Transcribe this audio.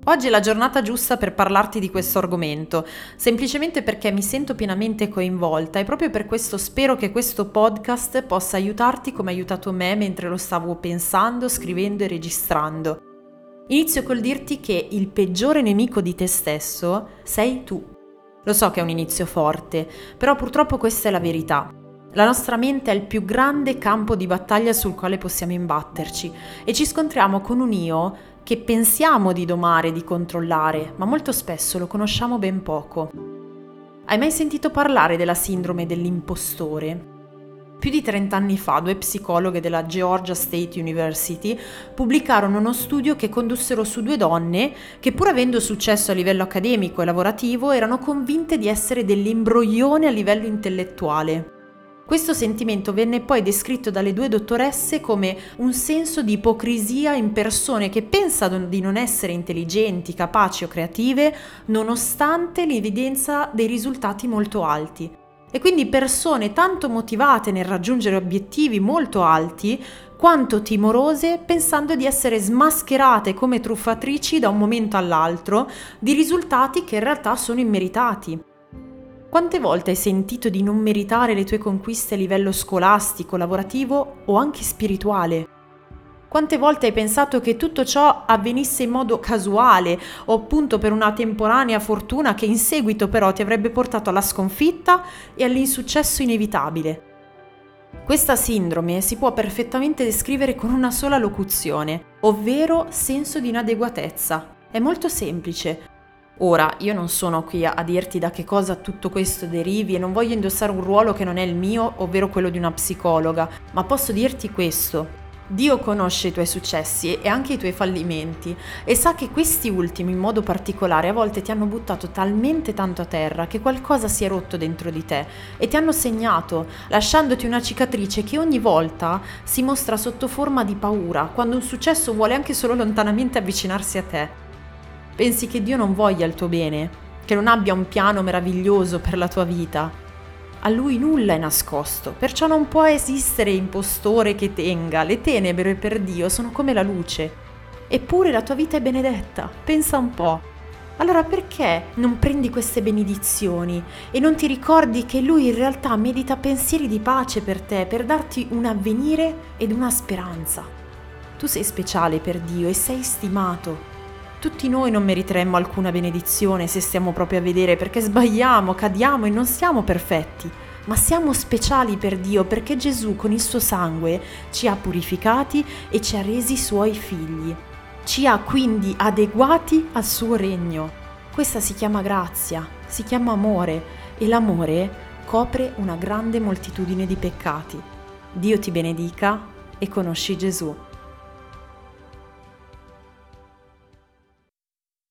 Oggi è la giornata giusta per parlarti di questo argomento, semplicemente perché mi sento pienamente coinvolta e proprio per questo spero che questo podcast possa aiutarti come ha aiutato me mentre lo stavo pensando, scrivendo e registrando. Inizio col dirti che il peggiore nemico di te stesso sei tu. Lo so che è un inizio forte, però purtroppo questa è la verità. La nostra mente è il più grande campo di battaglia sul quale possiamo imbatterci e ci scontriamo con un io che pensiamo di domare, di controllare, ma molto spesso lo conosciamo ben poco. Hai mai sentito parlare della sindrome dell'impostore? Più di 30 anni fa, 2 psicologhe della Georgia State University pubblicarono uno studio che condussero su 2 donne che, pur avendo successo a livello accademico e lavorativo, erano convinte di essere dell'imbroglione a livello intellettuale. Questo sentimento venne poi descritto dalle 2 dottoresse come un senso di ipocrisia in persone che pensano di non essere intelligenti, capaci o creative, nonostante l'evidenza dei risultati molto alti. E quindi persone tanto motivate nel raggiungere obiettivi molto alti, quanto timorose pensando di essere smascherate come truffatrici da un momento all'altro di risultati che in realtà sono immeritati. Quante volte hai sentito di non meritare le tue conquiste a livello scolastico, lavorativo o anche spirituale? Quante volte hai pensato che tutto ciò avvenisse in modo casuale o appunto per una temporanea fortuna che in seguito però ti avrebbe portato alla sconfitta e all'insuccesso inevitabile? Questa sindrome si può perfettamente descrivere con una sola locuzione, ovvero senso di inadeguatezza. È molto semplice. Ora, io non sono qui a dirti da che cosa tutto questo derivi e non voglio indossare un ruolo che non è il mio, ovvero quello di una psicologa, ma posso dirti questo. Dio conosce i tuoi successi e anche i tuoi fallimenti e sa che questi ultimi in modo particolare a volte ti hanno buttato talmente tanto a terra che qualcosa si è rotto dentro di te e ti hanno segnato, lasciandoti una cicatrice che ogni volta si mostra sotto forma di paura, quando un successo vuole anche solo lontanamente avvicinarsi a te. Pensi che Dio non voglia il tuo bene, che non abbia un piano meraviglioso per la tua vita? A Lui nulla è nascosto, perciò non può esistere impostore che tenga. Le tenebre per Dio sono come la luce. Eppure la tua vita è benedetta, pensa un po'. Allora perché non prendi queste benedizioni e non ti ricordi che Lui in realtà medita pensieri di pace per te, per darti un avvenire ed una speranza? Tu sei speciale per Dio e sei stimato. Tutti noi non meriteremmo alcuna benedizione se stiamo proprio a vedere, perché sbagliamo, cadiamo e non siamo perfetti, ma siamo speciali per Dio perché Gesù con il suo sangue ci ha purificati e ci ha resi suoi figli. Ci ha quindi adeguati al suo regno. Questa si chiama grazia, si chiama amore e l'amore copre una grande moltitudine di peccati. Dio ti benedica e conosci Gesù.